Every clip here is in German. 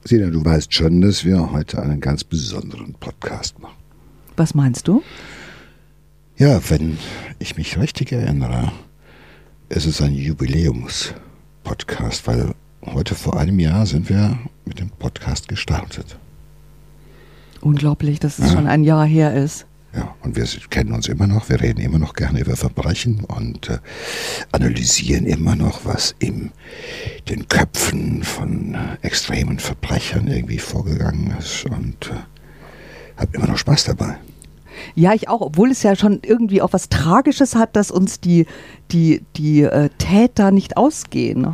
Sina, du weißt schon, dass wir heute einen ganz besonderen Podcast machen. Was meinst du? Ja, wenn ich mich richtig erinnere, ist es ein Jubiläums-Podcast, weil heute vor einem Jahr sind wir mit dem Podcast gestartet. Unglaublich, dass es schon ein Jahr her ist. Ja, und wir kennen uns immer noch, wir reden immer noch gerne über Verbrechen und analysieren immer noch, was in den Köpfen von extremen Verbrechern irgendwie vorgegangen ist und habe immer noch Spaß dabei. Ja, ich auch, obwohl es ja schon irgendwie auch was Tragisches hat, dass uns die Täter nicht ausgehen.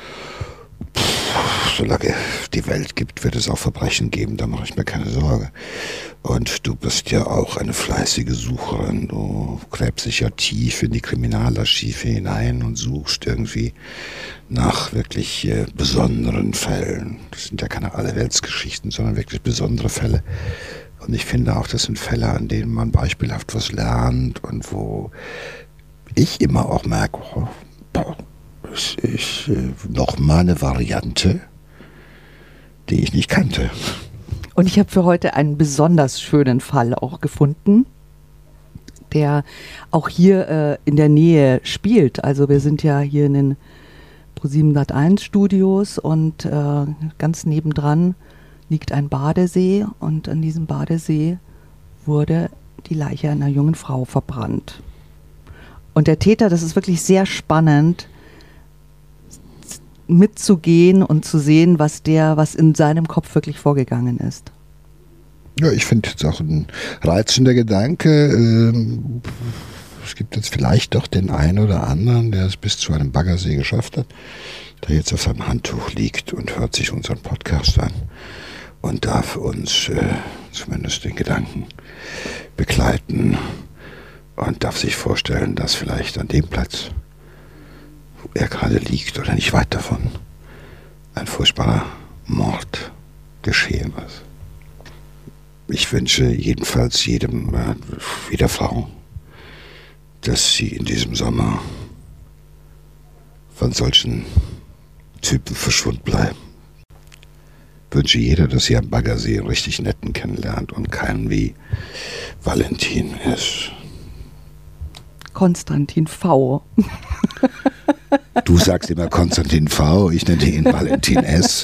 Solange die Welt gibt, wird es auch Verbrechen geben, da mache ich mir keine Sorge. Und du bist ja auch eine fleißige Sucherin, du gräbst dich ja tief in die Kriminalarchive hinein und suchst irgendwie nach wirklich besonderen Fällen. Das sind ja keine Allerweltsgeschichten, sondern wirklich besondere Fälle. Und ich finde auch, das sind Fälle, an denen man beispielhaft was lernt und wo ich immer auch merke, oh, das ist nochmal eine Variante, die ich nicht kannte. Und ich habe für heute einen besonders schönen Fall auch gefunden, der auch hier in der Nähe spielt. Also wir sind ja hier in den ProSieben Sat.1 Studios und ganz nebendran liegt ein Badesee und an diesem Badesee wurde die Leiche einer jungen Frau verbrannt. Und der Täter, das ist wirklich sehr spannend, mitzugehen und zu sehen, was in seinem Kopf wirklich vorgegangen ist. Ja, ich finde jetzt auch ein reizender Gedanke. Es gibt jetzt vielleicht doch den einen oder anderen, der es bis zu einem Baggersee geschafft hat, der jetzt auf seinem Handtuch liegt und hört sich unseren Podcast an und darf uns zumindest den Gedanken begleiten und darf sich vorstellen, dass vielleicht an dem Platz, wo er gerade liegt oder nicht weit davon, ein furchtbarer Mord geschehen ist. Ich wünsche jedenfalls jeder Frau, dass sie in diesem Sommer von solchen Typen verschwunden bleiben. Ich wünsche jeder, dass sie am Baggersee einen richtig netten kennenlernt und keinen wie Valentin ist. Konstantin V. Du sagst immer Konstantin V, ich nenne ihn Valentin S.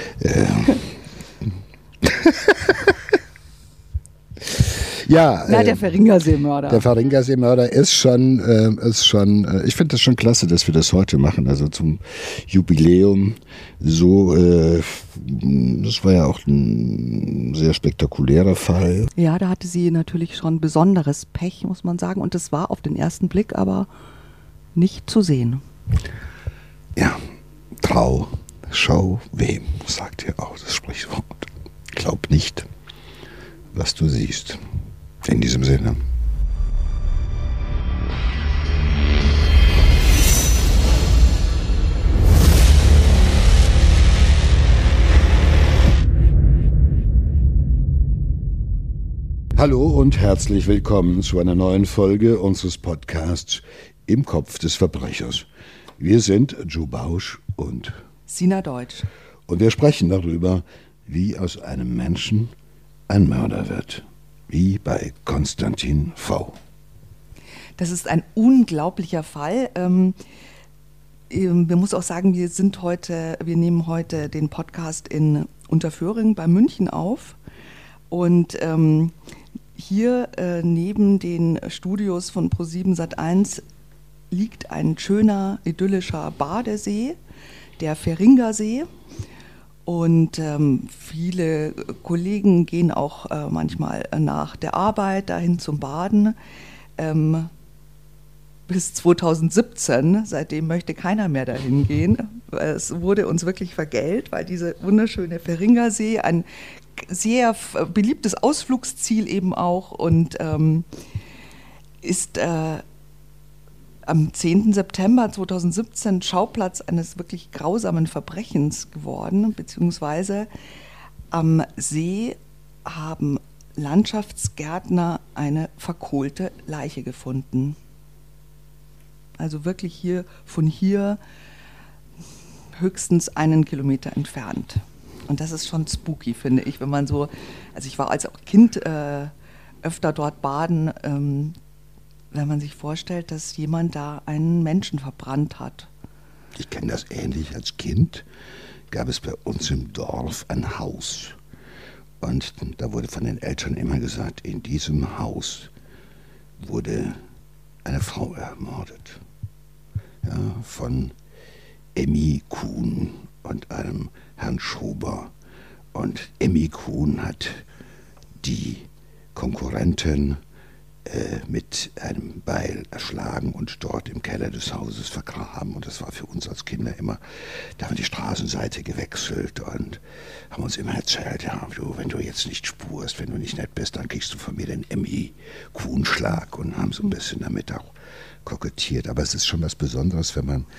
Ja, der Verringersee-Mörder. Der Verringersee-Mörder ist schon, ich finde das schon klasse, dass wir das heute machen, also zum Jubiläum so, das war ja auch ein sehr spektakulärer Fall. Ja, da hatte sie natürlich schon besonderes Pech, muss man sagen, und das war auf den ersten Blick aber nicht zu sehen. Ja, Trau, schau wem, sagt ja auch das Sprichwort. Glaub nicht, was du siehst. In diesem Sinne. Hallo und herzlich willkommen zu einer neuen Folge unseres Podcasts Im Kopf des Verbrechers. Wir sind Joe Bausch und Sina Deutsch. Und wir sprechen darüber, wie aus einem Menschen ein Mörder wird. Wie bei Konstantin V. Das ist ein unglaublicher Fall. Man muss auch sagen, wir nehmen heute den Podcast in Unterföhring bei München auf. Und hier neben den Studios von ProSieben Sat.1 liegt ein schöner, idyllischer Badesee, der Verringersee. Und viele Kollegen gehen auch manchmal nach der Arbeit dahin zum Baden. Bis 2017, seitdem möchte keiner mehr dahin gehen. Es wurde uns wirklich vergällt, weil dieser wunderschöne Verringersee ein sehr beliebtes Ausflugsziel eben auch und ist am 10. September 2017 Schauplatz eines wirklich grausamen Verbrechens geworden, beziehungsweise am See haben Landschaftsgärtner eine verkohlte Leiche gefunden. Also wirklich von hier höchstens 1 Kilometer entfernt. Und das ist schon spooky, finde ich, wenn man so, also ich war als auch Kind öfter dort baden, wenn man sich vorstellt, dass jemand da einen Menschen verbrannt hat. Ich kenne das ähnlich. Als Kind gab es bei uns im Dorf ein Haus. Und da wurde von den Eltern immer gesagt, in diesem Haus wurde eine Frau ermordet. Ja, von Emmy Kuhn und einem Herrn Schober. Und Emmy Kuhn hat die Konkurrentin mit einem Beil erschlagen und dort im Keller des Hauses vergraben. Und das war für uns als Kinder immer, da haben wir die Straßenseite gewechselt und haben uns immer erzählt, ja, wenn du jetzt nicht spurst, wenn du nicht nett bist, dann kriegst du von mir den Emmy-Kuhnschlag, und haben so ein bisschen damit auch kokettiert. Aber es ist schon was Besonderes, wenn man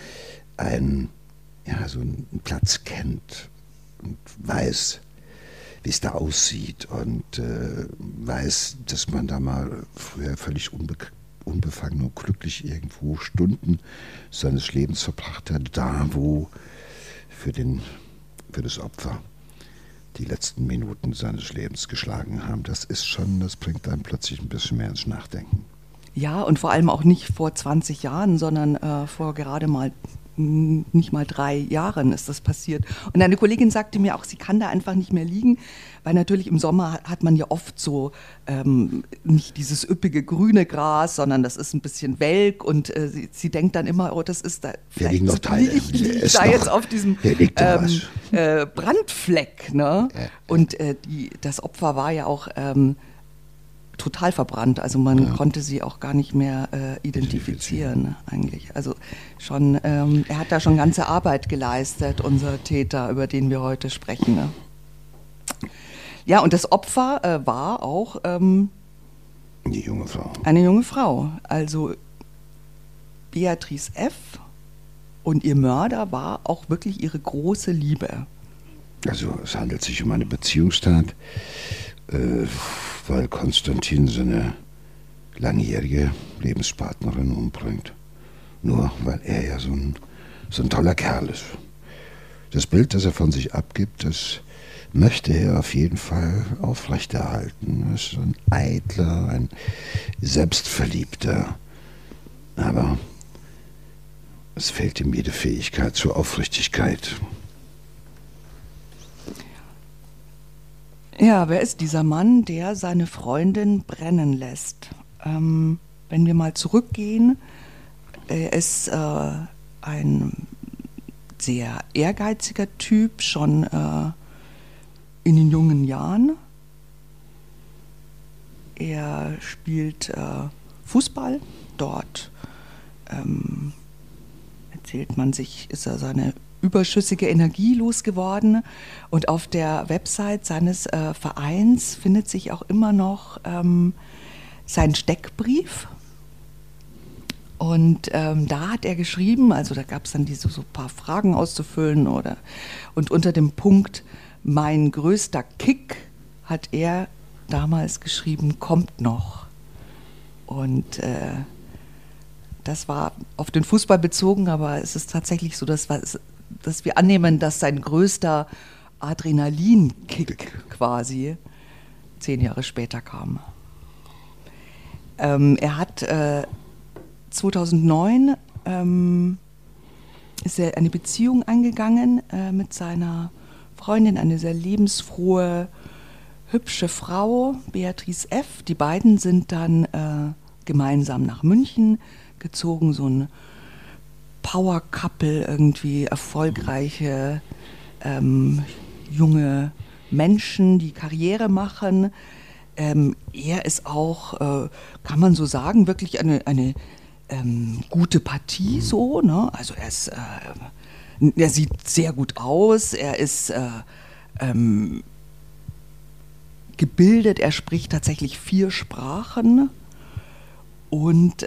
so einen Platz kennt und weiß, wie es da aussieht, und weiß, dass man da mal früher völlig unbefangen und glücklich irgendwo Stunden seines Lebens verbracht hat, da wo für das Opfer die letzten Minuten seines Lebens geschlagen haben. Das bringt einem plötzlich ein bisschen mehr ins Nachdenken. Ja, und vor allem auch nicht vor 20 Jahren, sondern vor gerade mal nicht mal 3 Jahren ist das passiert. Und eine Kollegin sagte mir auch, sie kann da einfach nicht mehr liegen, weil natürlich im Sommer hat man ja oft so nicht dieses üppige grüne Gras, sondern das ist ein bisschen welk, und sie denkt dann immer, oh, das ist da, vielleicht liege ich da jetzt auf diesem Brandfleck. Ne? Und das Opfer war ja auch total verbrannt, also man konnte sie auch gar nicht mehr identifizieren eigentlich. Also schon, er hat da schon ganze Arbeit geleistet, unser Täter, über den wir heute sprechen. Ne? Ja, und das Opfer war auch eine junge Frau. Also Beatrice F. Und ihr Mörder war auch wirklich ihre große Liebe. Also es handelt sich um eine Beziehungstat, weil Konstantin seine langjährige Lebenspartnerin umbringt. Nur weil er ja so ein toller Kerl ist. Das Bild, das er von sich abgibt, das möchte er auf jeden Fall aufrechterhalten. Er ist so ein Eitler, ein Selbstverliebter. Aber es fehlt ihm jede Fähigkeit zur Aufrichtigkeit. Ja, wer ist dieser Mann, der seine Freundin brennen lässt? Wenn wir mal zurückgehen, er ist ein sehr ehrgeiziger Typ, schon in den jungen Jahren. Er spielt Fußball. Dort erzählt man sich, ist er seine überschüssige Energie losgeworden, und auf der Website seines Vereins findet sich auch immer noch sein Steckbrief, und da hat er geschrieben, also da gab es dann so ein paar Fragen auszufüllen, und unter dem Punkt "Mein größter Kick" hat er damals geschrieben, "kommt noch", und das war auf den Fußball bezogen, aber es ist tatsächlich so, dass wir annehmen, dass sein größter Adrenalinkick quasi 10 Jahre später kam. Er hat 2009 ist er eine Beziehung eingegangen mit seiner Freundin, eine sehr lebensfrohe, hübsche Frau, Beatrice F. Die beiden sind dann gemeinsam nach München gezogen, so ein Power-Couple, irgendwie erfolgreiche junge Menschen, die Karriere machen. Er ist auch, kann man so sagen, wirklich eine gute Partie, so, ne? Also er sieht sehr gut aus, er ist gebildet, er spricht tatsächlich 4 Sprachen und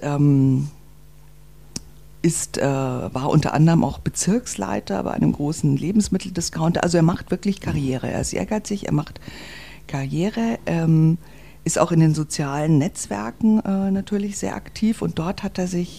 war unter anderem auch Bezirksleiter bei einem großen Lebensmitteldiscounter. Also er macht wirklich Karriere. Er ist ehrgeizig, er macht Karriere, ist auch in den sozialen Netzwerken natürlich sehr aktiv, und dort hat er sich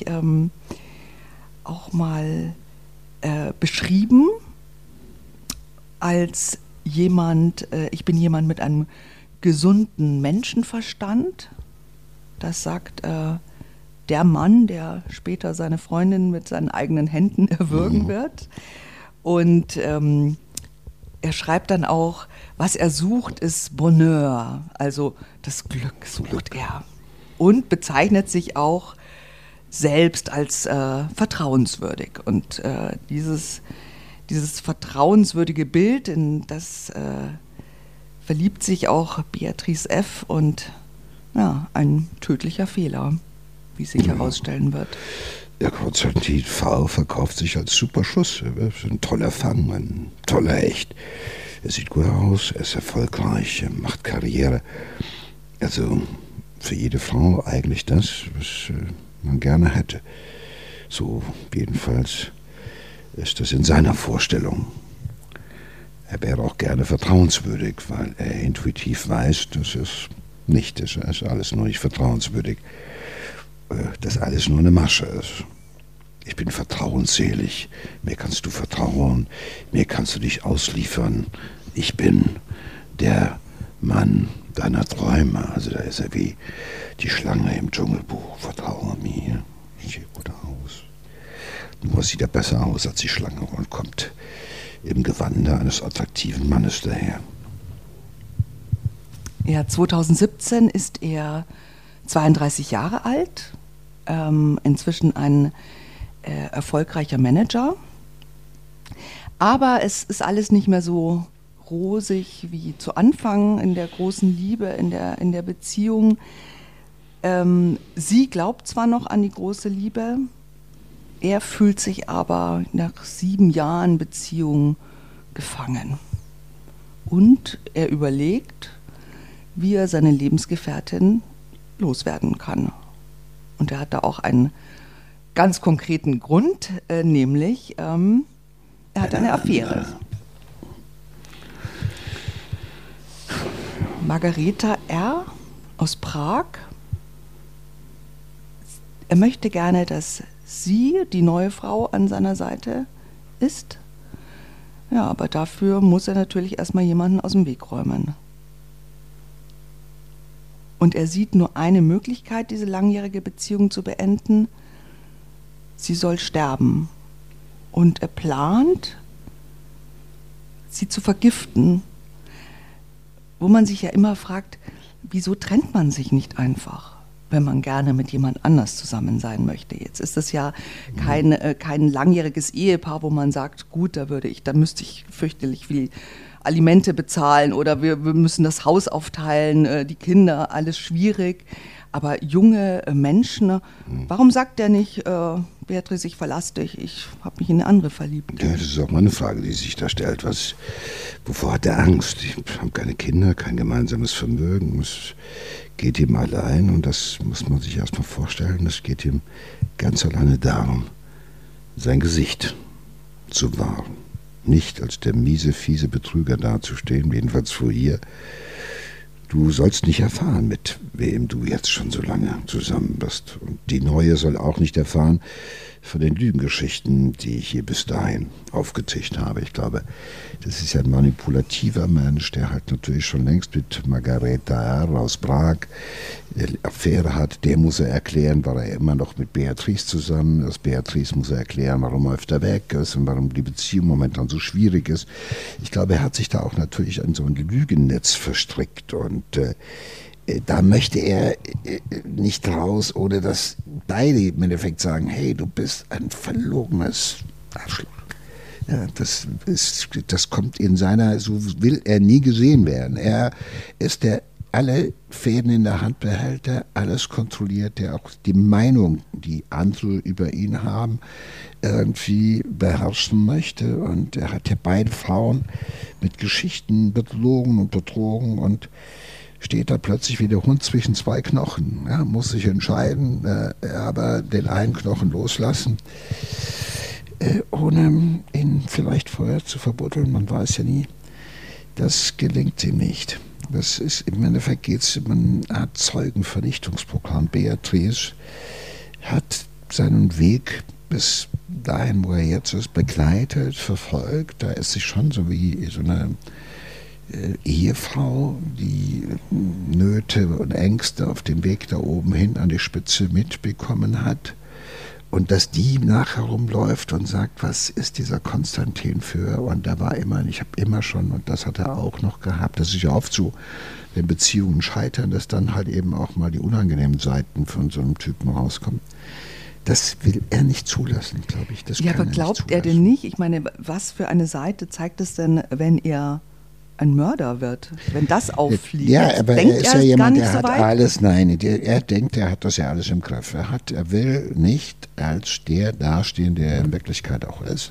auch mal beschrieben als ich bin jemand mit einem gesunden Menschenverstand. Das sagt der Mann, der später seine Freundin mit seinen eigenen Händen erwürgen wird. Und er schreibt dann auch, was er sucht, ist Bonheur, also das Glück sucht er. Und bezeichnet sich auch selbst als vertrauenswürdig. Und dieses vertrauenswürdige Bild, in das verliebt sich auch Beatrice F. Und ja, ein tödlicher Fehler, wie sich herausstellen wird. Ja, Konstantin V. verkauft sich als Superschuss. Er ist ein toller Fang, ein toller Hecht. Er sieht gut aus, er ist erfolgreich, er macht Karriere. Also für jede Frau eigentlich das, was man gerne hätte. So jedenfalls ist das in seiner Vorstellung. Er wäre auch gerne vertrauenswürdig, weil er intuitiv weiß, dass es nicht ist. Er ist alles nur nicht vertrauenswürdig. Dass alles nur eine Masche ist. Ich bin vertrauensselig. Mir kannst du vertrauen. Mir kannst du dich ausliefern. Ich bin der Mann deiner Träume. Also da ist er wie die Schlange im Dschungelbuch. Vertraue mir. Sieht gut aus. Nur sieht er besser aus als die Schlange und kommt im Gewande eines attraktiven Mannes daher. Ja, 2017 ist er 32 Jahre alt, inzwischen ein erfolgreicher Manager. Aber es ist alles nicht mehr so rosig wie zu Anfang in der großen Liebe, in der Beziehung. Sie glaubt zwar noch an die große Liebe, er fühlt sich aber nach 7 Jahren Beziehung gefangen. Und er überlegt, wie er seine Lebensgefährtin loswerden kann. Und er hat da auch einen ganz konkreten Grund, nämlich er hat eine Affäre. Margareta R. aus Prag. Er möchte gerne, dass sie die neue Frau an seiner Seite ist. Ja, aber dafür muss er natürlich erstmal jemanden aus dem Weg räumen. Und er sieht nur eine Möglichkeit, diese langjährige Beziehung zu beenden. Sie soll sterben. Und er plant, sie zu vergiften. Wo man sich ja immer fragt, wieso trennt man sich nicht einfach, wenn man gerne mit jemand anders zusammen sein möchte? Jetzt ist das ja kein langjähriges Ehepaar, wo man sagt, gut, da müsste ich fürchterlich viel Alimente bezahlen oder wir müssen das Haus aufteilen, die Kinder, alles schwierig. Aber junge Menschen, warum sagt der nicht, Beatrice, ich verlasse dich, ich habe mich in eine andere verliebt? Ja, das ist auch mal eine Frage, die sich da stellt. Wovor hat er Angst? Ich habe keine Kinder, kein gemeinsames Vermögen. Es geht ihm allein und das muss man sich erstmal vorstellen. Es geht ihm ganz alleine darum, sein Gesicht zu wahren. Nicht als der miese, fiese Betrüger dazustehen, jedenfalls vor ihr. Du sollst nicht erfahren, mit wem du jetzt schon so lange zusammen bist. Und die Neue soll auch nicht erfahren von den Lügengeschichten, die ich hier bis dahin aufgetischt habe. Ich glaube, das ist ja ein manipulativer Mensch, der halt natürlich schon längst mit Margareta R. aus Prag eine Affäre hat. Der muss er erklären, warum er immer noch mit Beatrice zusammen ist. Beatrice muss er erklären, warum er öfter weg ist und warum die Beziehung momentan so schwierig ist. Ich glaube, er hat sich da auch natürlich in so ein Lügennetz verstrickt und da möchte er nicht raus, ohne dass beide im Endeffekt sagen, hey, du bist ein verlogenes Arschloch. Ja, das kommt in seiner, so will er nie gesehen werden. Er ist der alle Fäden in der Hand behält, der alles kontrolliert, der auch die Meinung, die andere über ihn haben, irgendwie beherrschen möchte. Und er hat ja beide Frauen mit Geschichten belogen und betrogen und steht da plötzlich wie der Hund zwischen zwei Knochen. Ja, muss sich entscheiden, aber den einen Knochen loslassen, ohne ihn vielleicht vorher zu verbuddeln. Man weiß ja nie. Das gelingt ihm nicht. Das ist, im Endeffekt geht es um eine Art Zeugenvernichtungsprogramm. Beatrice hat seinen Weg bis dahin, wo er jetzt ist, begleitet, verfolgt. Da ist sie schon so wie so eine Ehefrau, die Nöte und Ängste auf dem Weg da oben hin an die Spitze mitbekommen hat. Und dass die nachher rumläuft und sagt, was ist dieser Konstantin für? Und da war immer, ich habe immer schon, und das hat er auch noch gehabt, das ist ja oft so, wenn Beziehungen scheitern, dass dann halt eben auch mal die unangenehmen Seiten von so einem Typen rauskommen. Das will er nicht zulassen, glaube ich. Das ja, aber glaubt er denn nicht? Ich meine, was für eine Seite zeigt es denn, wenn er ein Mörder wird, wenn das auffliegt? Ja, aber er ist ja jemand, der hat alles, nein, er denkt, er hat das ja alles im Griff. Er will nicht als der dastehen, der er in Wirklichkeit auch ist.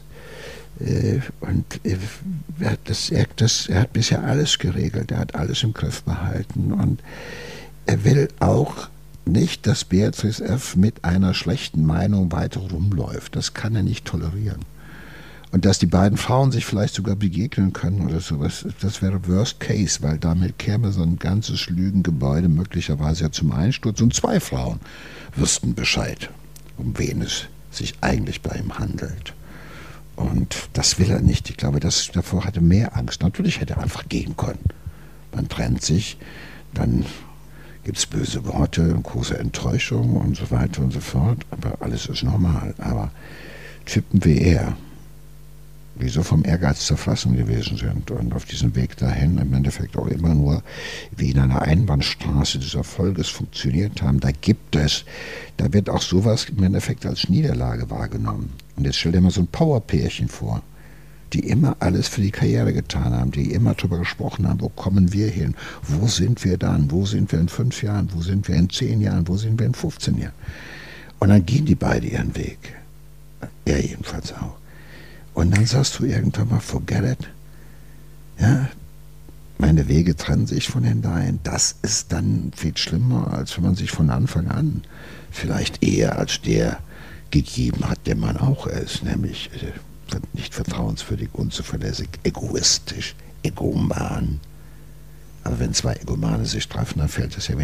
Und er hat bisher alles geregelt, er hat alles im Griff behalten. Und er will auch nicht, dass Beatrice F. mit einer schlechten Meinung weiter rumläuft. Das kann er nicht tolerieren. Und dass die beiden Frauen sich vielleicht sogar begegnen können oder sowas, das wäre Worst Case, weil damit käme so ein ganzes Lügengebäude möglicherweise ja zum Einsturz. Und 2 Frauen wüssten Bescheid, um wen es sich eigentlich bei ihm handelt. Und das will er nicht. Ich glaube, davor hatte er mehr Angst. Natürlich hätte er einfach gehen können. Man trennt sich, dann gibt es böse Worte, große Enttäuschung und so weiter und so fort. Aber alles ist normal. Aber Typen wie er, die so vom Ehrgeiz zerfressen gewesen sind und auf diesem Weg dahin im Endeffekt auch immer nur wie in einer Einbahnstraße des Erfolges funktioniert haben, da wird auch sowas im Endeffekt als Niederlage wahrgenommen. Und jetzt stell dir mal so ein Powerpärchen vor, die immer alles für die Karriere getan haben, die immer darüber gesprochen haben, wo kommen wir hin, wo sind wir dann, wo sind wir in 5 Jahren, wo sind wir in 10 Jahren, wo sind wir in 15 Jahren. Und dann gehen die beide ihren Weg. Er jedenfalls auch. Und dann sagst du irgendwann mal, forget it. Ja, meine Wege trennen sich von den deinen. Das ist dann viel schlimmer, als wenn man sich von Anfang an vielleicht eher als der gegeben hat, der man auch ist. Nämlich nicht vertrauenswürdig, unzuverlässig, egoistisch, egoman. Aber wenn 2 Egomane sich treffen, dann fällt das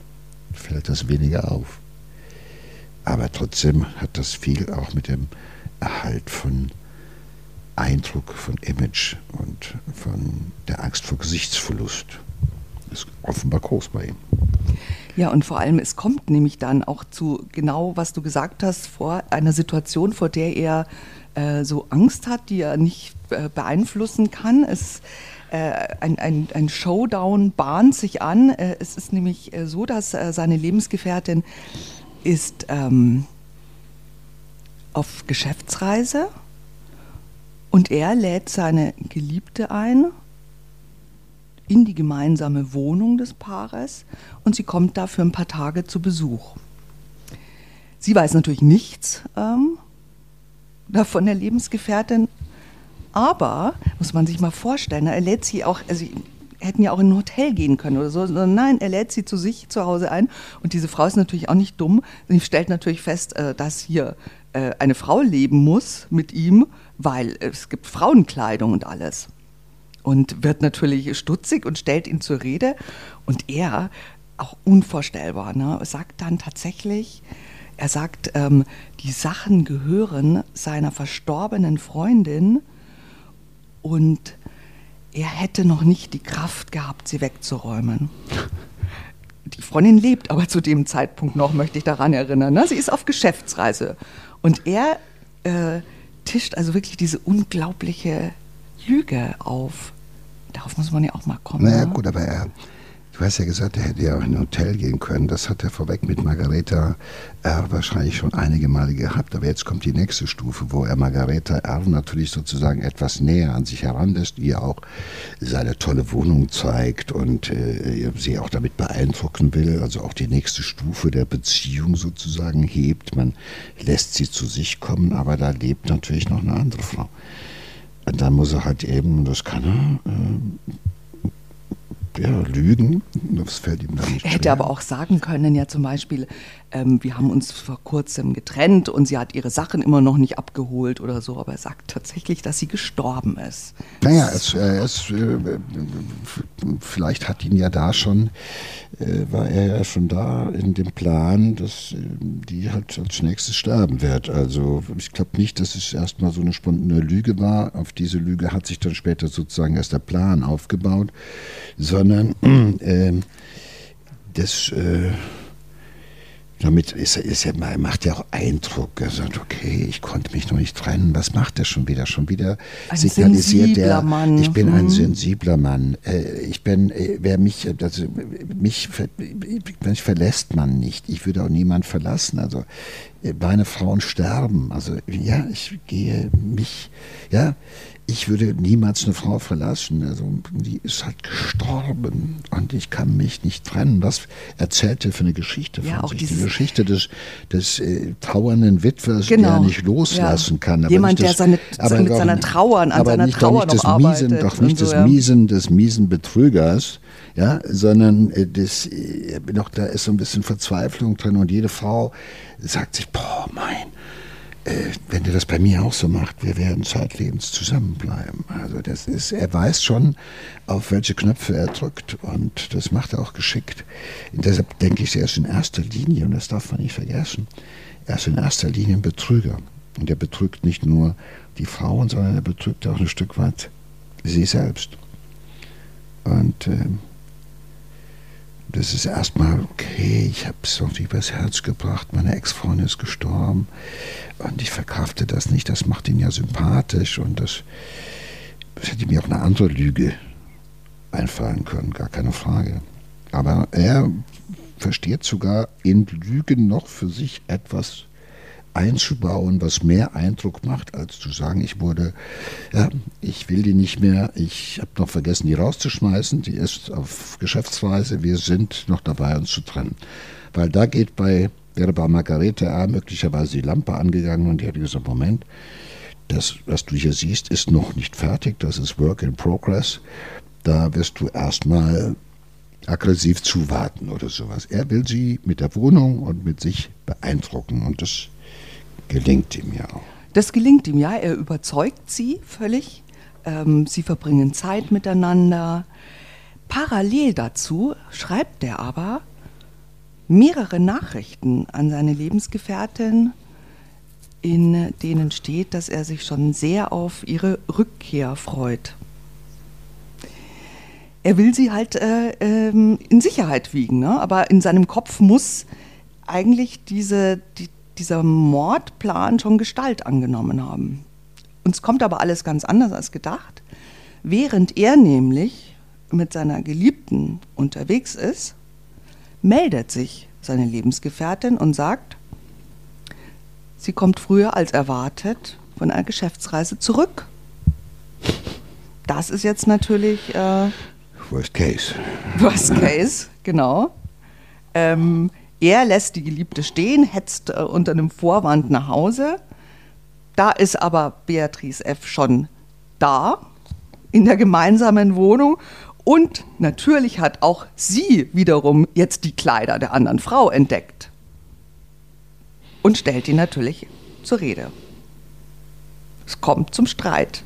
weniger auf. Aber trotzdem hat das viel auch mit dem Erhalt von Eindruck, von Image und von der Angst vor Gesichtsverlust. Das ist offenbar groß bei ihm. Ja, und vor allem, es kommt nämlich dann auch zu genau, was du gesagt hast, vor einer Situation, vor der er so Angst hat, die er nicht beeinflussen kann. Ein Showdown bahnt sich an. Es ist nämlich so, dass seine Lebensgefährtin ist auf Geschäftsreise. Und er lädt seine Geliebte ein in die gemeinsame Wohnung des Paares und sie kommt da für ein paar Tage zu Besuch. Sie weiß natürlich nichts von der Lebensgefährtin, aber, muss man sich mal vorstellen, er lädt sie auch, also hätten ja auch in ein Hotel gehen können oder so, sondern nein, er lädt sie zu sich zu Hause ein und diese Frau ist natürlich auch nicht dumm, sie stellt natürlich fest, dass hier eine Frau leben muss mit ihm, weil es gibt Frauenkleidung und alles. Und wird natürlich stutzig und stellt ihn zur Rede. Und er, auch unvorstellbar, sagt dann tatsächlich, er sagt, die Sachen gehören seiner verstorbenen Freundin und er hätte noch nicht die Kraft gehabt, sie wegzuräumen. Die Freundin lebt aber zu dem Zeitpunkt noch, möchte ich daran erinnern. Sie ist auf Geschäftsreise. Und er tischt also wirklich diese unglaubliche Lüge auf. Darauf muss man ja auch mal kommen. Naja, gut, aber du hast ja gesagt, er hätte ja auch in ein Hotel gehen können. Das hat er vorweg mit Margareta R. wahrscheinlich schon einige Male gehabt. Aber jetzt kommt die nächste Stufe, wo er Margareta R. natürlich sozusagen etwas näher an sich heranlässt, ihr auch seine tolle Wohnung zeigt und sie auch damit beeindrucken will. Also auch die nächste Stufe der Beziehung sozusagen hebt. Man lässt sie zu sich kommen, aber da lebt natürlich noch eine andere Frau. Und dann muss er halt eben, das kann er, lügen, das fällt ihm dann nicht schwer. Er hätte aber auch sagen können, ja zum Beispiel, wir haben uns vor kurzem getrennt und sie hat ihre Sachen immer noch nicht abgeholt oder so, aber er sagt tatsächlich, dass sie gestorben ist. Naja, vielleicht hat ihn ja da schon, war er ja schon da in dem Plan, dass die halt als nächstes sterben wird. Also ich glaube nicht, dass es erstmal so eine spontane Lüge war. Auf diese Lüge hat sich dann später sozusagen erst der Plan aufgebaut, sondern damit macht ja auch Eindruck. Er sagt, okay, ich konnte mich noch nicht trennen. Was macht er schon wieder? Schon wieder ein signalisiert er, Mann. Ich bin ein sensibler Mann. Mich verlässt man nicht. Ich würde auch niemand verlassen. Also meine Frauen sterben. Also ja, ich würde niemals eine Frau verlassen. Also die ist halt gestorben und ich kann mich nicht trennen. Was erzählt er für eine Geschichte von sich? Die Geschichte des trauernden Witwers, der nicht loslassen kann. Aber jemand, der mit seiner Trauer an seiner Trauer noch arbeitet. Doch nicht des miesen Betrügers, ja, sondern da ist so ein bisschen Verzweiflung drin und jede Frau sagt sich, boah, wenn der das bei mir auch so macht, wir werden zeitlebens zusammenbleiben. Also er weiß schon, auf welche Knöpfe er drückt und das macht er auch geschickt. Und deshalb denke ich, er ist in erster Linie, und das darf man nicht vergessen, er ist in erster Linie ein Betrüger. Und er betrügt nicht nur die Frauen, sondern er betrügt auch ein Stück weit sie selbst. Und das ist erstmal, okay, ich habe es irgendwie übers Herz gebracht, meine Ex-Freundin ist gestorben und ich verkrafte das nicht, das macht ihn ja sympathisch und das hätte mir auch eine andere Lüge einfallen können, gar keine Frage. Aber er versteht sogar in Lügen noch für sich etwas einzubauen, was mehr Eindruck macht, als zu sagen, ich will die nicht mehr, ich habe noch vergessen, die rauszuschmeißen, die ist auf Geschäftsreise, wir sind noch dabei, uns zu trennen. Weil da wäre bei Margarete möglicherweise die Lampe angegangen und die hat gesagt, Moment, das, was du hier siehst, ist noch nicht fertig, das ist Work in Progress, da wirst du erstmal aggressiv zuwarten oder sowas. Er will sie mit der Wohnung und mit sich beeindrucken und das gelingt ihm ja auch. Das gelingt ihm, ja. Er überzeugt sie völlig. Sie verbringen Zeit miteinander. Parallel dazu schreibt er aber mehrere Nachrichten an seine Lebensgefährtin, in denen steht, dass er sich schon sehr auf ihre Rückkehr freut. Er will sie halt in Sicherheit wiegen, ne? Aber in seinem Kopf muss eigentlich dieser Mordplan schon Gestalt angenommen haben. Uns kommt aber alles ganz anders als gedacht. Während er nämlich mit seiner Geliebten unterwegs ist, meldet sich seine Lebensgefährtin und sagt, sie kommt früher als erwartet von einer Geschäftsreise zurück. Das ist jetzt natürlich Worst Case. Worst Case, genau. Er lässt die Geliebte stehen, hetzt unter einem Vorwand nach Hause. Da ist aber Beatrice F. schon da, in der gemeinsamen Wohnung. Und natürlich hat auch sie wiederum jetzt die Kleider der anderen Frau entdeckt. Und stellt ihn natürlich zur Rede. Es kommt zum Streit.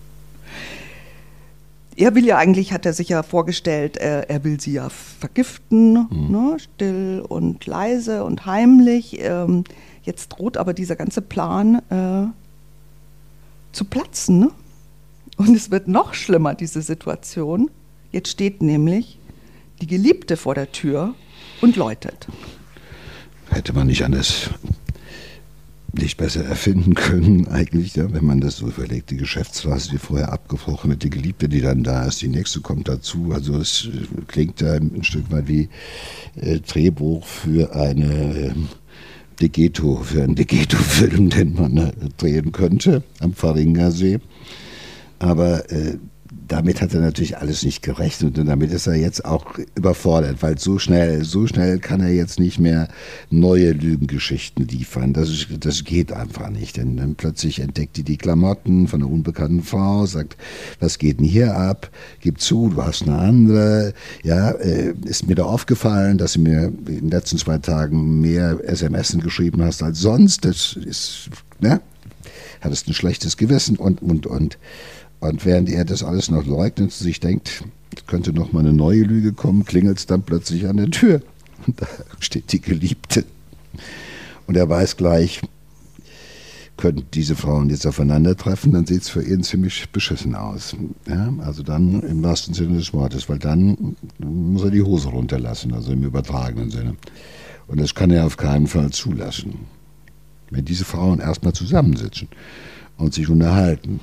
Er will ja eigentlich, hat er sich ja vorgestellt, er will sie ja vergiften, ne, still und leise und heimlich. Jetzt droht aber dieser ganze Plan zu platzen. Ne? Und es wird noch schlimmer, diese Situation. Jetzt steht nämlich die Geliebte vor der Tür und läutet. Hätte man nicht anders nicht besser erfinden können eigentlich, ja, wenn man das so überlegt, die Geschäftsreise, die vorher abgebrochen wird, die Geliebte, die dann da ist, die nächste kommt dazu, also es klingt da ein Stück weit wie Drehbuch für einen Degeto-Film, den man drehen könnte am Pfarringersee, aber damit hat er natürlich alles nicht gerechnet und damit ist er jetzt auch überfordert, weil so schnell kann er jetzt nicht mehr neue Lügengeschichten liefern. Das geht einfach nicht. Denn dann plötzlich entdeckt die Klamotten von einer unbekannten Frau, sagt, was geht denn hier ab? Gib zu, du hast eine andere. Ja, ist mir da aufgefallen, dass du mir in den letzten 2 Tagen mehr SMS geschrieben hast als sonst. Das ist, ne? Hattest ein schlechtes Gewissen und während er das alles noch leugnet und sich denkt, könnte noch mal eine neue Lüge kommen, klingelt es dann plötzlich an der Tür. Und da steht die Geliebte. Und er weiß gleich, könnten diese Frauen jetzt aufeinandertreffen, dann sieht es für ihn ziemlich beschissen aus. Ja, also dann im wahrsten Sinne des Wortes, weil dann muss er die Hose runterlassen, also im übertragenen Sinne. Und das kann er auf keinen Fall zulassen. Wenn diese Frauen erstmal zusammensitzen und sich unterhalten,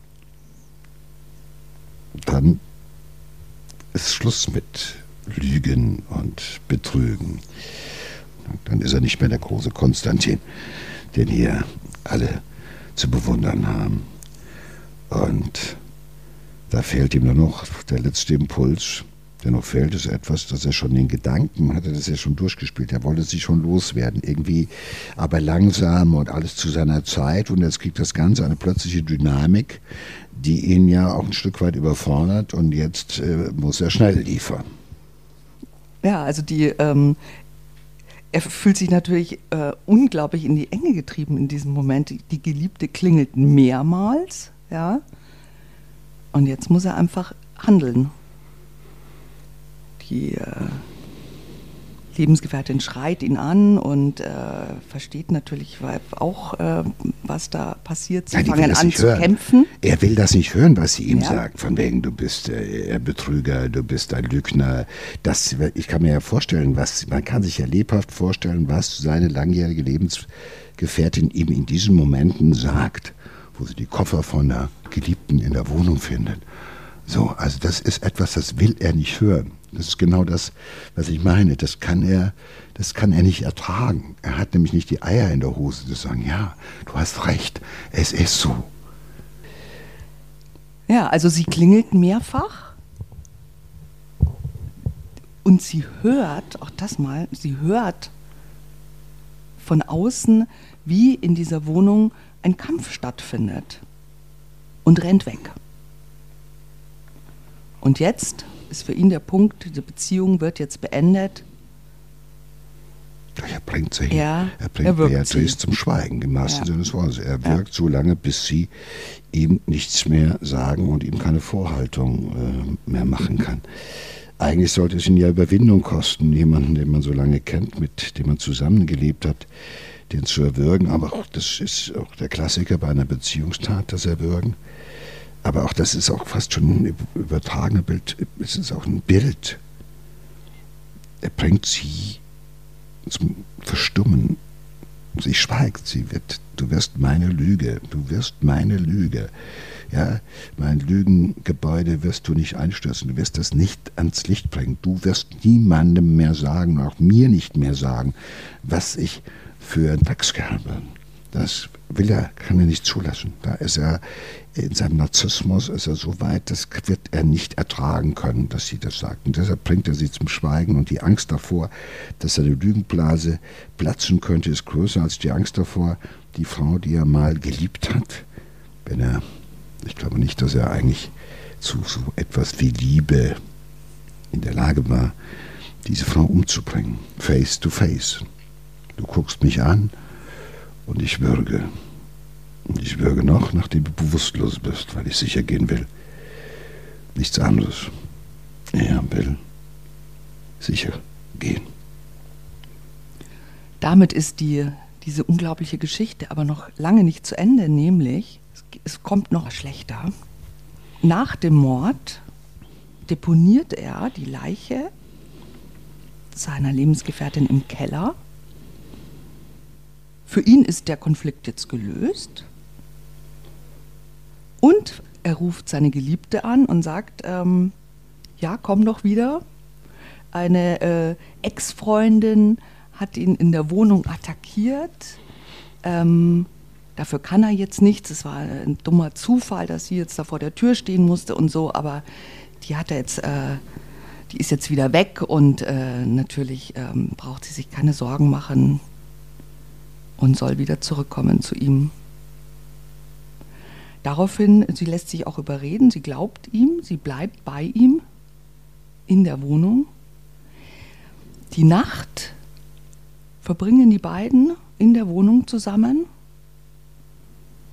dann ist Schluss mit Lügen und Betrügen. Dann ist er nicht mehr der große Konstantin, den hier alle zu bewundern haben. Und da fehlt ihm nur noch der letzte Impuls. Der noch fehlt, ist etwas, das er schon in Gedanken hatte, das er schon durchgespielt. Er wollte sich schon loswerden, irgendwie, aber langsam und alles zu seiner Zeit. Und jetzt kriegt das Ganze eine plötzliche Dynamik, die ihn ja auch ein Stück weit überfordert. Und jetzt muss er schnell liefern. Ja, also er fühlt sich natürlich unglaublich in die Enge getrieben in diesem Moment. Die Geliebte klingelt mehrmals, ja. Und jetzt muss er einfach handeln. Die Lebensgefährtin schreit ihn an und versteht natürlich auch, was da passiert. Sie fangen an zu kämpfen. Er will das nicht hören, was sie ihm sagt. Von wegen, du bist ein Betrüger, du bist ein Lügner. Ich kann mir ja vorstellen, man kann sich ja lebhaft vorstellen, was seine langjährige Lebensgefährtin ihm in diesen Momenten sagt, wo sie die Koffer von der Geliebten in der Wohnung findet. So, also das ist etwas, das will er nicht hören. Das ist genau das, was ich meine. Das kann er nicht ertragen. Er hat nämlich nicht die Eier in der Hose zu sagen, ja, du hast recht, es ist so. Ja, also sie klingelt mehrfach und sie hört, auch das mal, sie hört von außen, wie in dieser Wohnung ein Kampf stattfindet und rennt weg. Und jetzt ist für ihn der Punkt, die Beziehung wird jetzt beendet. Er bringt sie hin. Er bringt Beatrice zum Schweigen, im wahrsten Sinne des Wortes. Er wirkt so lange, bis sie ihm nichts mehr sagen und ihm keine Vorhaltung mehr machen kann. Eigentlich sollte es ihn ja Überwindung kosten, jemanden, den man so lange kennt, mit dem man zusammengelebt hat, den zu erwürgen. Aber auch das ist auch der Klassiker bei einer Beziehungstat, das Erwürgen. Aber auch das ist auch fast schon ein übertragenes Bild. Es ist auch ein Bild. Er bringt sie zum Verstummen. Sie schweigt. Du wirst meine Lüge. Du wirst meine Lüge. Ja, mein Lügengebäude wirst du nicht einstürzen. Du wirst das nicht ans Licht bringen. Du wirst niemandem mehr sagen, auch mir nicht mehr sagen, was ich für ein Dreckskerl bin. Das kann er nicht zulassen. Da ist er in seinem Narzissmus, ist er so weit, das wird er nicht ertragen können, dass sie das sagt. Und deshalb bringt er sie zum Schweigen und die Angst davor, dass seine Lügenblase platzen könnte, ist größer als die Angst davor, die Frau, die er mal geliebt hat. Ich glaube nicht, dass er eigentlich zu so etwas wie Liebe in der Lage war, diese Frau umzubringen. Face to face. Du guckst mich an, und ich würge. Und ich würge noch, nachdem du bewusstlos bist, weil ich sicher gehen will. Nichts anderes. Er will sicher gehen. Damit ist diese unglaubliche Geschichte aber noch lange nicht zu Ende, nämlich, es kommt noch schlechter. Nach dem Mord deponiert er die Leiche seiner Lebensgefährtin im Keller. Für ihn ist der Konflikt jetzt gelöst und er ruft seine Geliebte an und sagt, ja, komm doch wieder. Eine Ex-Freundin hat ihn in der Wohnung attackiert. Dafür kann er jetzt nichts. Es war ein dummer Zufall, dass sie jetzt da vor der Tür stehen musste und so, aber die ist jetzt wieder weg und natürlich braucht sie sich keine Sorgen machen und soll wieder zurückkommen zu ihm. Daraufhin, sie lässt sich auch überreden, sie glaubt ihm, sie bleibt bei ihm in der Wohnung. Die Nacht verbringen die beiden in der Wohnung zusammen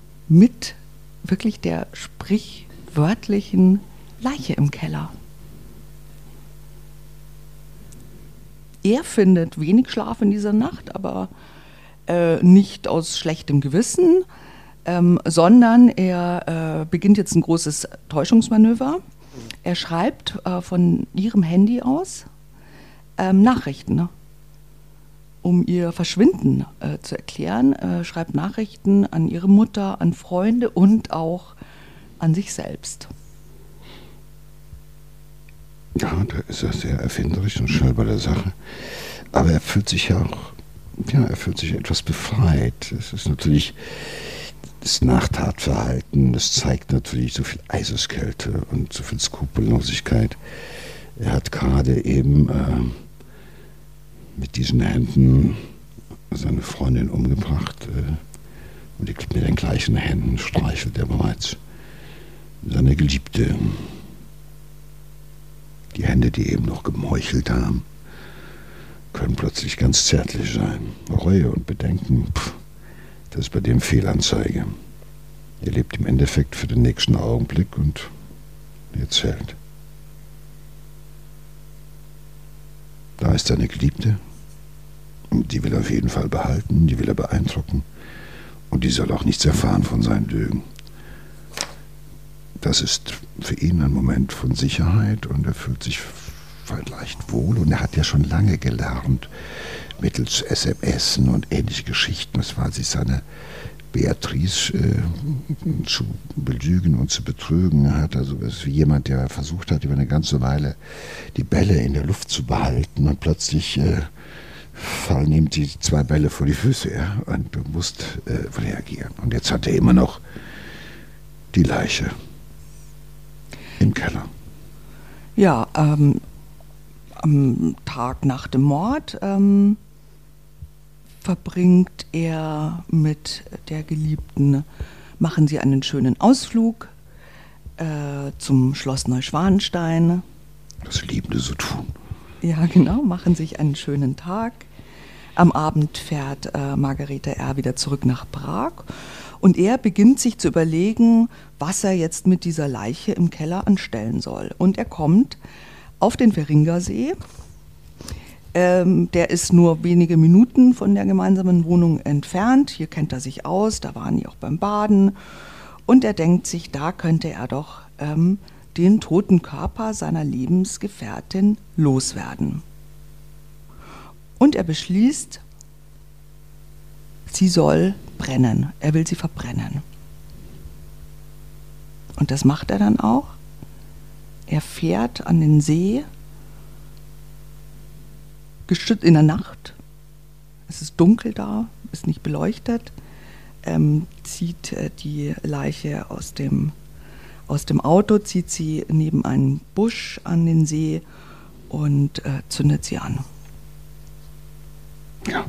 mit wirklich der sprichwörtlichen Leiche im Keller. Er findet wenig Schlaf in dieser Nacht, aber nicht aus schlechtem Gewissen, sondern er beginnt jetzt ein großes Täuschungsmanöver. Er schreibt von ihrem Handy aus Nachrichten, ne? Um ihr Verschwinden zu erklären. Schreibt Nachrichten an ihre Mutter, an Freunde und auch an sich selbst. Ja, da ist er sehr erfinderisch und schnell bei der Sache. Aber er fühlt sich ja auch, er fühlt sich etwas befreit. Es ist natürlich das Nachtatverhalten, das zeigt natürlich so viel Eiseskälte und so viel Skrupellosigkeit. Er hat gerade eben mit diesen Händen seine Freundin umgebracht und mit den gleichen Händen streichelt er bereits seine Geliebte. Die Hände, die eben noch gemeuchelt haben, können plötzlich ganz zärtlich sein. Reue und Bedenken, das ist bei dem Fehlanzeige. Er lebt im Endeffekt für den nächsten Augenblick und er zählt. Da ist seine Geliebte. Und die will er auf jeden Fall behalten, die will er beeindrucken. Und die soll auch nichts erfahren von seinen Lügen. Das ist für ihn ein Moment von Sicherheit und er fühlt sich vielleicht wohl. Und er hat ja schon lange gelernt, mittels SMSen und ähnliche Geschichten, das war sich seine Beatrice zu belügen und zu betrügen. Er hat also wie jemand, der versucht hat, über eine ganze Weile die Bälle in der Luft zu behalten und plötzlich fallen ihm die 2 Bälle vor die Füße, ja, und du musst reagieren. Und jetzt hat er immer noch die Leiche im Keller. Ja, am Tag nach dem Mord verbringt er mit der Geliebten, machen sie einen schönen Ausflug zum Schloss Neuschwanstein. Das Liebende so tun. Ja, genau, machen sich einen schönen Tag. Am Abend fährt Margarete R. wieder zurück nach Prag und er beginnt sich zu überlegen, was er jetzt mit dieser Leiche im Keller anstellen soll. Und er kommt auf den Feringersee. Der ist nur wenige Minuten von der gemeinsamen Wohnung entfernt. Hier kennt er sich aus, da waren die auch beim Baden. Und er denkt sich, da könnte er doch den toten Körper seiner Lebensgefährtin loswerden. Und er beschließt, sie soll brennen. Er will sie verbrennen. Und das macht er dann auch. Er fährt an den See, in der Nacht. Es ist dunkel da, ist nicht beleuchtet. Zieht die Leiche aus dem Auto, zieht sie neben einen Busch an den See und zündet sie an. Ja,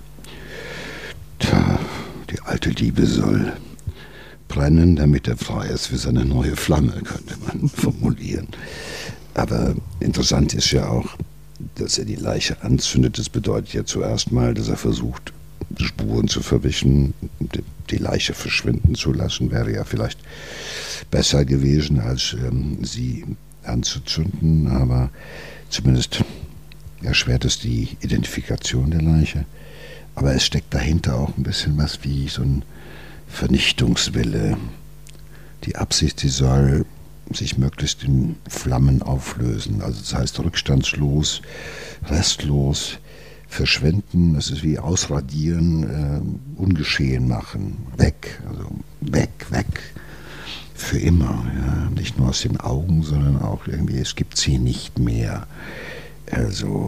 die alte Liebe soll brennen, damit er frei ist für seine neue Flamme, könnte man formulieren. Aber interessant ist ja auch, dass er die Leiche anzündet. Das bedeutet ja zuerst mal, dass er versucht, Spuren zu verwischen, die Leiche verschwinden zu lassen, wäre ja vielleicht besser gewesen, als sie anzuzünden, aber zumindest erschwert es die Identifikation der Leiche. Aber es steckt dahinter auch ein bisschen was wie so ein Vernichtungswille. Die Absicht, sie soll sich möglichst in Flammen auflösen. Also das heißt rückstandslos, restlos, verschwinden. Das ist wie ausradieren, ungeschehen machen. Weg, also weg, weg. Für immer. Ja. Nicht nur aus den Augen, sondern auch irgendwie, es gibt sie nicht mehr. Also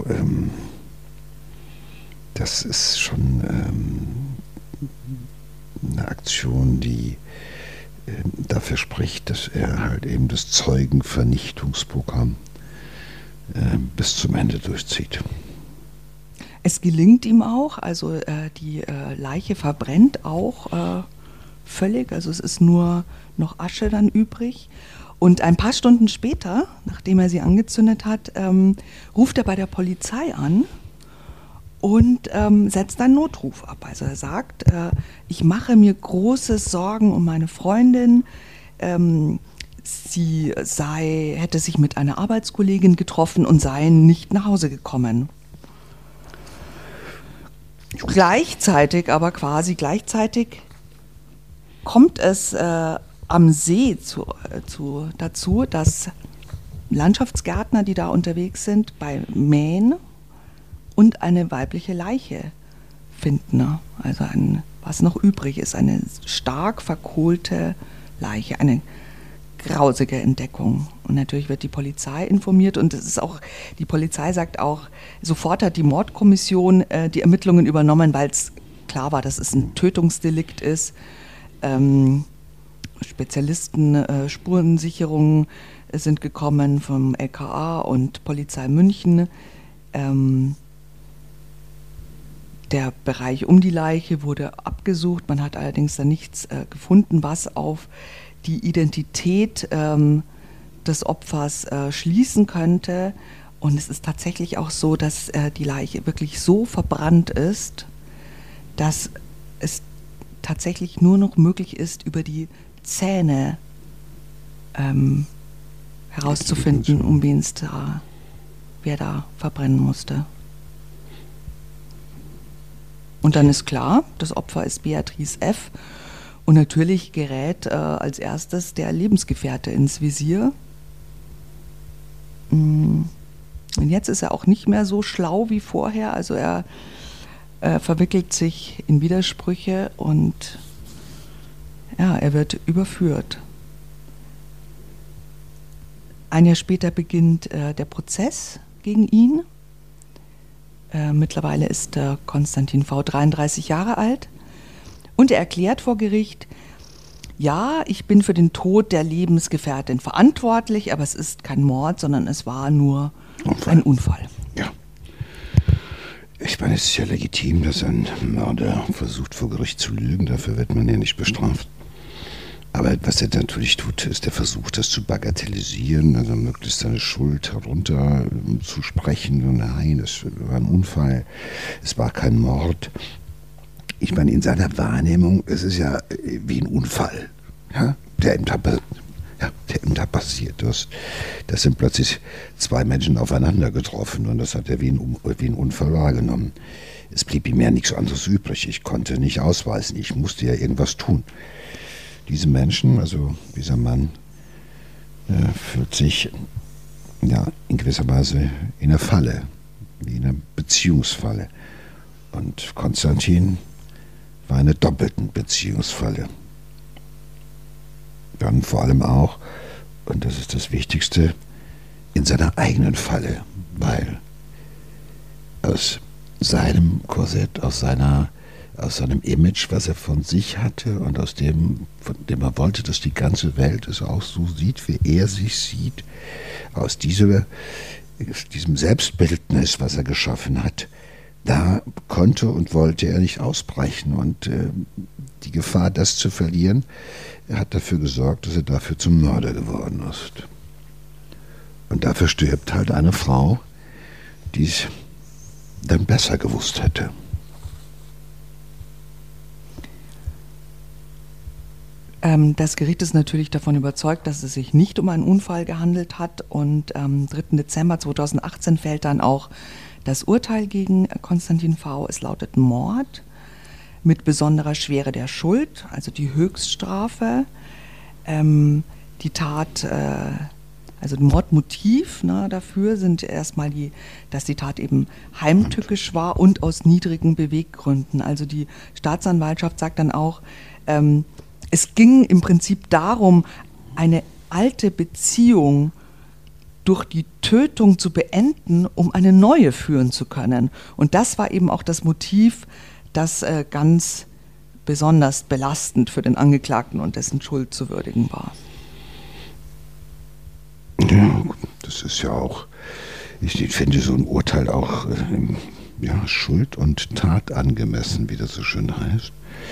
das ist schon eine Aktion, die dafür spricht, dass er halt eben das Zeugenvernichtungsprogramm bis zum Ende durchzieht. Es gelingt ihm auch, also die Leiche verbrennt auch völlig, also es ist nur noch Asche dann übrig. Und ein paar Stunden später, nachdem er sie angezündet hat, ruft er bei der Polizei an und setzt einen Notruf ab. Also er sagt, ich mache mir große Sorgen um meine Freundin. Sie hätte sich mit einer Arbeitskollegin getroffen und sei nicht nach Hause gekommen. Gleichzeitig kommt es am See dazu, dass Landschaftsgärtner, die da unterwegs sind, bei Mähen und eine weibliche Leiche finden. Also was noch übrig ist, eine stark verkohlte Leiche, eine grausige Entdeckung. Und natürlich wird die Polizei informiert und es ist auch, die Polizei sagt auch, sofort hat die Mordkommission die Ermittlungen übernommen, weil es klar war, dass es ein Tötungsdelikt ist. Spezialisten, Spurensicherungen sind gekommen vom LKA und Polizei München. Der Bereich um die Leiche wurde abgesucht. Man hat allerdings da nichts gefunden, was auf die Identität des Opfers schließen könnte. Und es ist tatsächlich auch so, dass die Leiche wirklich so verbrannt ist, dass es tatsächlich nur noch möglich ist, über die Zähne herauszufinden, wer da verbrennen musste. Und dann ist klar, das Opfer ist Beatrice F. Und natürlich gerät als erstes der Lebensgefährte ins Visier. Und jetzt ist er auch nicht mehr so schlau wie vorher. Also er verwickelt sich in Widersprüche und ja, er wird überführt. Ein Jahr später beginnt der Prozess gegen ihn. Mittlerweile ist Konstantin V. 33 Jahre alt und er erklärt vor Gericht, ja, ich bin für den Tod der Lebensgefährtin verantwortlich, aber es ist kein Mord, sondern es war nur ein Unfall. Ja. Ich meine, es ist ja legitim, dass ein Mörder versucht, vor Gericht zu lügen, dafür wird man ja nicht bestraft. Aber was er natürlich tut, ist, er versucht, das zu bagatellisieren, also möglichst seine Schuld herunter zu sprechen. Nein, es war ein Unfall, es war kein Mord. Ich meine, in seiner Wahrnehmung, es ist ja wie ein Unfall, ja, der ihm da passiert ist. Das sind plötzlich zwei Menschen aufeinander getroffen und das hat er wie ein Unfall wahrgenommen. Es blieb ihm ja nichts anderes übrig. Ich konnte nicht ausweisen, ich musste ja irgendwas tun. Diese Menschen, also dieser Mann, fühlt sich ja in gewisser Weise in einer Falle, wie in einer Beziehungsfalle. Und Konstantin war in einer doppelten Beziehungsfalle. Dann vor allem auch, und das ist das Wichtigste, in seiner eigenen Falle, weil aus seinem Korsett, aus seinem Image, was er von sich hatte und von dem er wollte, dass die ganze Welt es auch so sieht, wie er sich sieht, aus diesem Selbstbildnis, was er geschaffen hat, da konnte und wollte er nicht ausbrechen. Und die Gefahr, das zu verlieren, hat dafür gesorgt, dass er dafür zum Mörder geworden ist. Und dafür stirbt halt eine Frau, die es dann besser gewusst hätte. Das Gericht ist natürlich davon überzeugt, dass es sich nicht um einen Unfall gehandelt hat und am 3. Dezember 2018 fällt dann auch das Urteil gegen Konstantin V. Es lautet Mord mit besonderer Schwere der Schuld, also die Höchststrafe. Die Tat, also ein Mordmotiv dafür sind erstmal dass die Tat eben heimtückisch war und aus niedrigen Beweggründen. Also die Staatsanwaltschaft sagt dann auch, es ging im Prinzip darum, eine alte Beziehung durch die Tötung zu beenden, um eine neue führen zu können. Und das war eben auch das Motiv, das ganz besonders belastend für den Angeklagten und dessen Schuld zu würdigen war. Ja, das ist ja auch, ich finde so ein Urteil auch Schuld und Tat angemessen, wie das so schön heißt.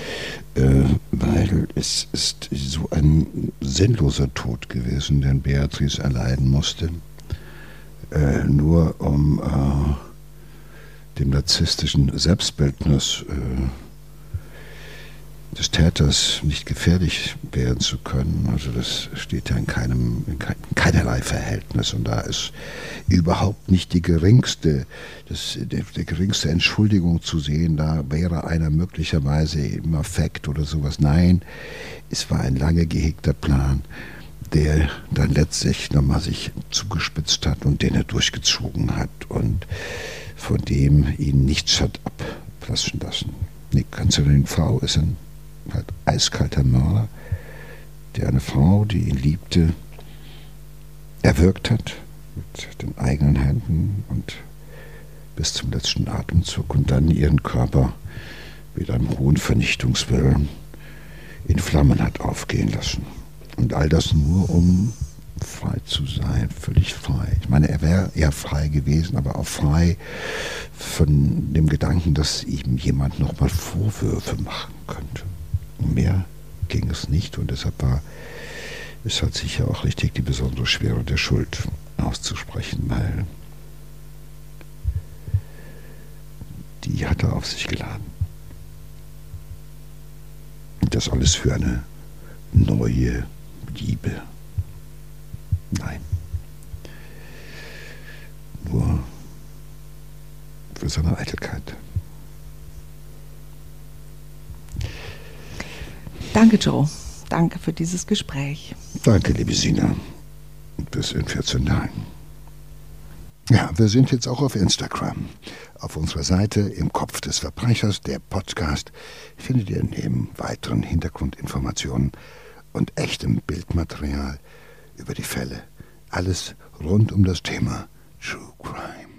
Weil es ist so ein sinnloser Tod gewesen, den Beatrice erleiden musste, nur um dem narzisstischen Selbstbildnis des Täters nicht gefährlich werden zu können. Also das steht ja in keinerlei Verhältnis. Und da ist überhaupt nicht die geringste Entschuldigung zu sehen. Da wäre einer möglicherweise im Affekt oder sowas. Nein, es war ein lange gehegter Plan, der dann letztlich nochmal sich zugespitzt hat und den er durchgezogen hat und von dem ihn nichts hat ablassen lassen. Die Kanzlerin V ist ein halt eiskalter Mörder, der eine Frau, die ihn liebte, erwürgt hat mit den eigenen Händen und bis zum letzten Atemzug und dann ihren Körper mit einem hohen Vernichtungswillen in Flammen hat aufgehen lassen. Und all das nur, um frei zu sein, völlig frei. Ich meine, er wäre eher frei gewesen, aber auch frei von dem Gedanken, dass ihm jemand nochmal Vorwürfe machen könnte. Um mehr ging es nicht und deshalb war es halt sicher auch richtig, die besondere Schwere der Schuld auszusprechen, weil die hat er auf sich geladen. Und das alles für eine neue Liebe. Nein. Nur für seine Eitelkeit. Danke, Joe. Danke für dieses Gespräch. Danke, liebe Sina. Bis in 14 Tagen. Ja, wir sind jetzt auch auf Instagram. Auf unserer Seite Im Kopf des Verbrechers, der Podcast, findet ihr neben weiteren Hintergrundinformationen und echtem Bildmaterial über die Fälle alles rund um das Thema True Crime.